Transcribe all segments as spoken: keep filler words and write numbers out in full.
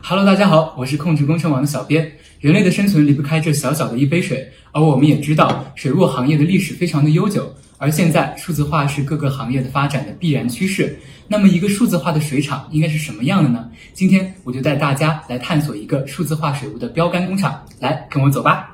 Hello， 大家好，我是控制工程网的小编。人类的生存离不开这小小的一杯水，而我们也知道，水务行业的历史非常的悠久，而现在数字化是各个行业的发展的必然趋势。那么，一个数字化的水厂应该是什么样的呢？今天我就带大家来探索一个数字化水务的标杆工厂，来跟我走吧。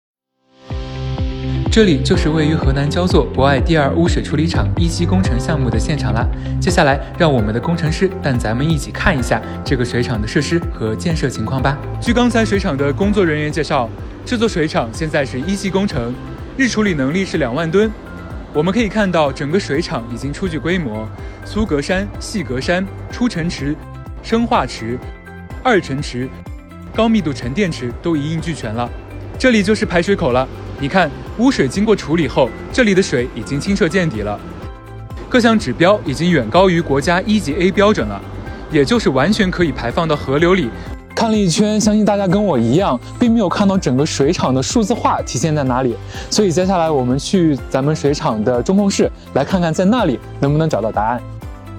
这里就是位于河南焦作博爱第二污水处理厂一期工程项目的现场啦。接下来，让我们的工程师带咱们一起看一下这个水厂的设施和建设情况吧。据刚才水厂的工作人员介绍，这座水厂现在是一期工程，日处理能力是两万吨。我们可以看到，整个水厂已经初具规模，粗格栅、细格栅、出沉池、生化池、二沉池、高密度沉淀池都一应俱全了。这里就是排水口了。你看，污水经过处理后，这里的水已经清澈见底了，各项指标已经远高于国家一级 A 标准了，也就是完全可以排放到河流里。看了一圈，相信大家跟我一样，并没有看到整个水厂的数字化体现在哪里，所以接下来我们去咱们水厂的中控室，来看看在那里能不能找到答案。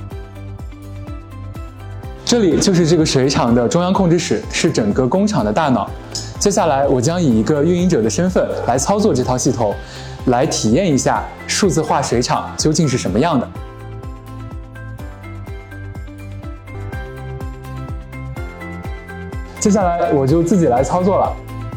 这里就是这个水厂的中央控制室，是整个工厂的大脑。接下来，我将以一个运营者的身份来操作这套系统，来体验一下数字化水厂究竟是什么样的。接下来，我就自己来操作了。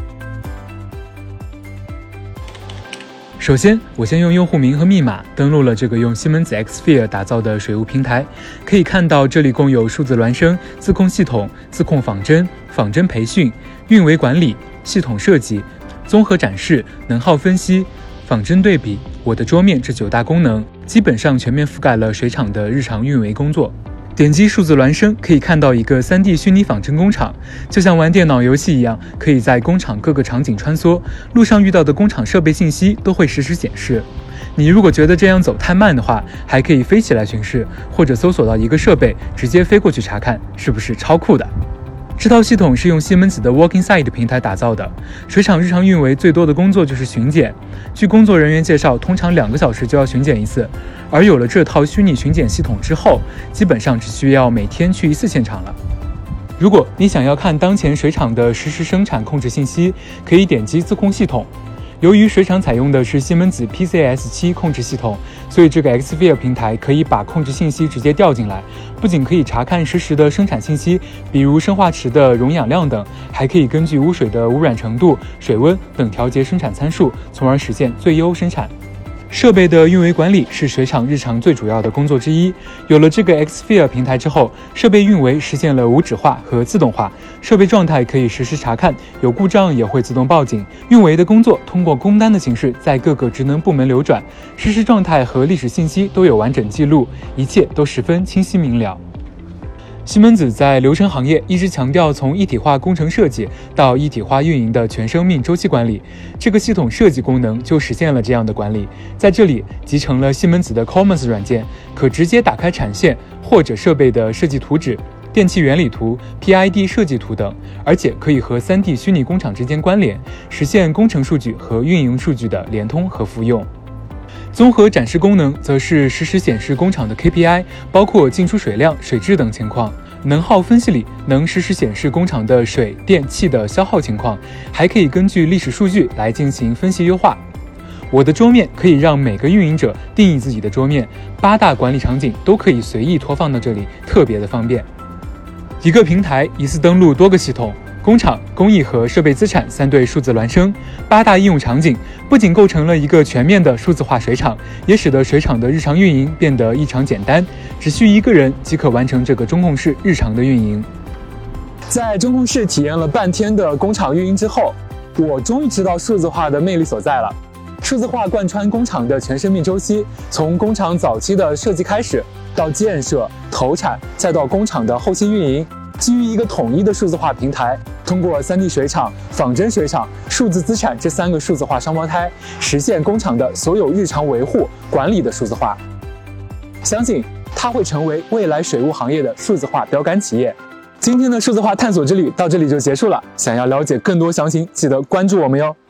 首先，我先用用户名和密码登录了这个用西门子 Xsphere 打造的水务平台。可以看到，这里共有数字孪生、自控系统、自控仿真、仿真培训、运维管理、系统设计、综合展示、能耗分析、仿真对比、我的桌面这九大功能，基本上全面覆盖了水厂的日常运维工作。点击数字孪生，可以看到一个 三 D 虚拟仿真工厂，就像玩电脑游戏一样，可以在工厂各个场景穿梭，路上遇到的工厂设备信息都会实时显示。你如果觉得这样走太慢的话，还可以飞起来巡视，或者搜索到一个设备，直接飞过去查看，是不是超酷的？这套系统是用西门子的 Walkinside 平台打造的。水厂日常运维最多的工作就是巡检，据工作人员介绍，通常两个小时就要巡检一次。而有了这套虚拟巡检系统之后，基本上只需要每天去一次现场了。如果你想要看当前水厂的实时生产控制信息，可以点击自控系统。由于水厂采用的是西门子 P C S 七 控制系统，所以这个 Xsphere 平台可以把控制信息直接调进来，不仅可以查看实时的生产信息，比如生化池的溶氧量等，还可以根据污水的污染程度、水温等调节生产参数，从而实现最优生产。设备的运维管理是水厂日常最主要的工作之一。有了这个 Xsphere 平台之后，设备运维实现了无纸化和自动化，设备状态可以实时查看，有故障也会自动报警。运维的工作通过工单的形式在各个职能部门流转，实时状态和历史信息都有完整记录，一切都十分清晰明了。西门子在流程行业一直强调从一体化工程设计到一体化运营的全生命周期管理，这个系统设计功能就实现了这样的管理。在这里集成了西门子的 Commons 软件，可直接打开产线或者设备的设计图纸、电气原理图、P I D 设计图等，而且可以和 三 D 虚拟工厂之间关联，实现工程数据和运营数据的联通和复用。综合展示功能则是实时显示工厂的 K P I， 包括进出水量、水质等情况。能耗分析里能实时显示工厂的水电气的消耗情况，还可以根据历史数据来进行分析优化。我的桌面可以让每个运营者定义自己的桌面，八大管理场景都可以随意拖放到这里，特别的方便。一个平台一次登录多个系统，工厂、工艺和设备资产三对数字孪生，八大应用场景，不仅构成了一个全面的数字化水厂，也使得水厂的日常运营变得异常简单，只需一个人即可完成这个中控室日常的运营。在中控室体验了半天的工厂运营之后，我终于知道数字化的魅力所在了。数字化贯穿工厂的全生命周期，从工厂早期的设计开始，到建设、投产，再到工厂的后期运营，基于一个统一的数字化平台，通过 三 D 水厂、仿真水厂、数字资产这三个数字化双胞胎，实现工厂的所有日常维护管理的数字化。相信它会成为未来水务行业的数字化标杆企业。今天的数字化探索之旅到这里就结束了，想要了解更多详情，记得关注我们哟。